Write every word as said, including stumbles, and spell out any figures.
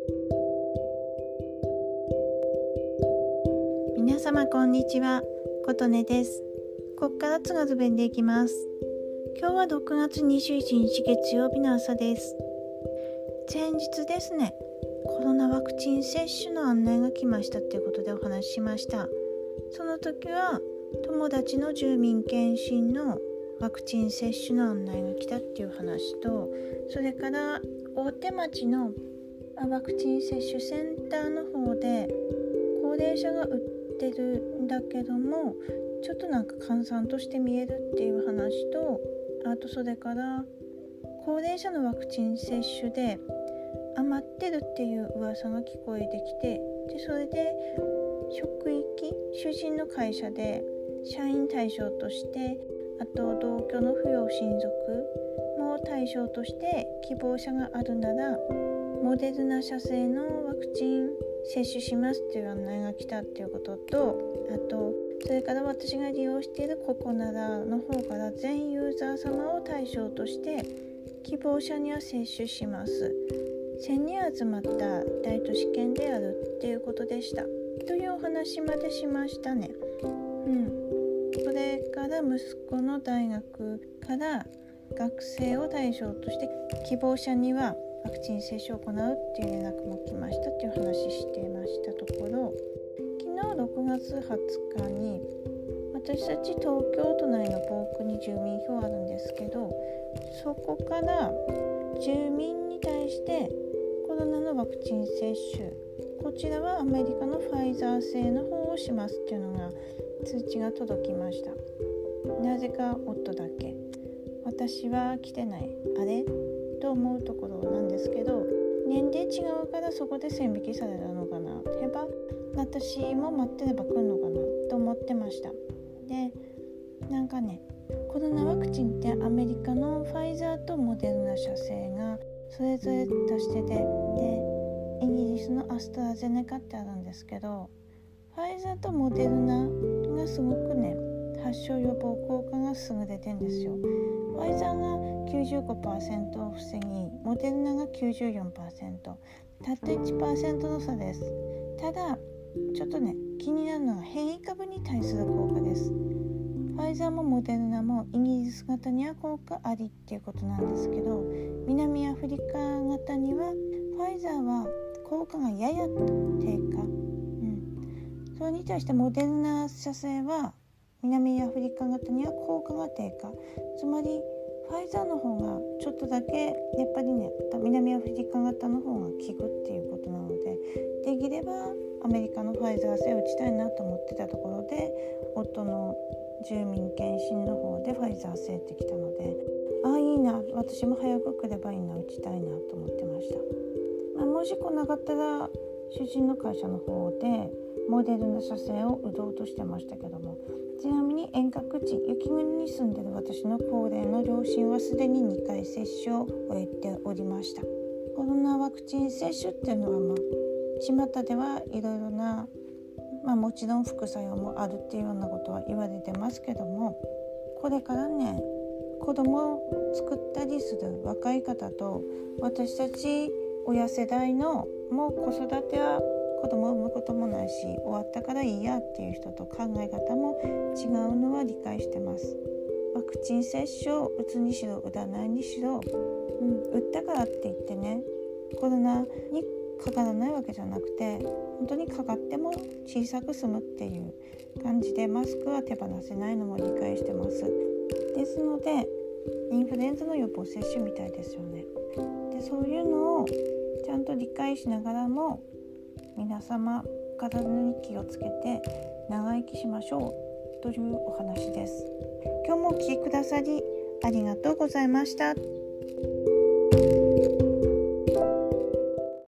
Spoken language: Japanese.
皆様こんにちは、ことねです。ここから津軽弁でいきます。今日はろくがつにじゅういちにち月曜日の朝です。先日ですね、コロナワクチン接種の案内が来ましたということでお話ししました。その時は友達の住民検診のワクチン接種の案内が来たっていう話と、それから大手町のワクチン接種センターの方で高齢者が打ってるんだけども、ちょっとなんか閑散として見えるっていう話と、あとそれから高齢者のワクチン接種で余ってるっていう噂が聞こえてきて、でそれで職域主人の会社で社員対象として、あと同居の扶養親族も対象として希望者があるならモデルナ社製のワクチン接種しますっていう案内が来たっていうことと、あとそれから私が利用しているココナラの方から全ユーザー様を対象として希望者には接種します。せんにん集まった大都市圏でやるっていうことでしたというお話までしましたね。うんそれから息子の大学から学生を対象として希望者にはワクチン接種を行うっていう連絡も来ましたっていう話していましたところ、昨日ろくがつはつかに私たち東京都内の防区に住民票あるんですけど、そこから住民に対してコロナのワクチン接種、こちらはアメリカのファイザー製の方をしますっていうのが通知が届きました。なぜか夫だけ、私は来てない、あれと思うところなんですけど、年齢違うからそこで線引きされたのかな、へば私も待ってれば来るのかなと思ってました。でなんかね、コロナワクチンってアメリカのファイザーとモデルナ社製がそれぞれとしてて、でイギリスのアストラゼネカってあるんですけど、ファイザーとモデルナがすごくね、発症予防効果が優れてるんですよ。ファイザーが きゅうじゅうごパーセント を防ぎ、モデルナが きゅうじゅうよんパーセント、 たった いちパーセント の差です。ただちょっとね、気になるのが変異株に対する効果です。ファイザーもモデルナもイギリス型には効果ありっていうことなんですけど、南アフリカ型にはファイザーは効果がやや低下、それに対してモデルナ社製は南アフリカ型には効果が低下、つまりファイザーの方がちょっとだけやっぱりね、南アフリカ型の方が効くっていうことなので、できればアメリカのファイザー製を打ちたいなと思ってたところで、夫の住民検診の方でファイザー製ってきたので、ああいいな、私も早く来ればいいな、打ちたいなと思ってました。まあ、もし来なかったら主人の会社の方でモデルナ社製を打とうとしてましたけども、ちなみに遠隔地雪国に住んでる私の高齢の両親はすでににかい接種を終えておりました。コロナワクチン接種っていうのは、まあ、巷ではいろいろな、まあ、もちろん副作用もあるっていうようなことは言われてますけども、これからね、子供を作ったりする若い方と、私たち親世代のもう子育ては子供を産むこともないし終わったからいいやっていう人と考え方も違うのは理解してます。ワクチン接種を打つにしろ打たないにしろ、うん、打ったからって言ってね、コロナにかからないわけじゃなくて、本当にかかっても小さく済むっていう感じで、マスクは手放せないのも理解してます。ですのでインフルエンザの予防接種みたいですよね。でそういうのをちゃんと理解しながらも、皆様体に気をつけて長生きしましょうというお話です。今日もお聞きくださりありがとうございました。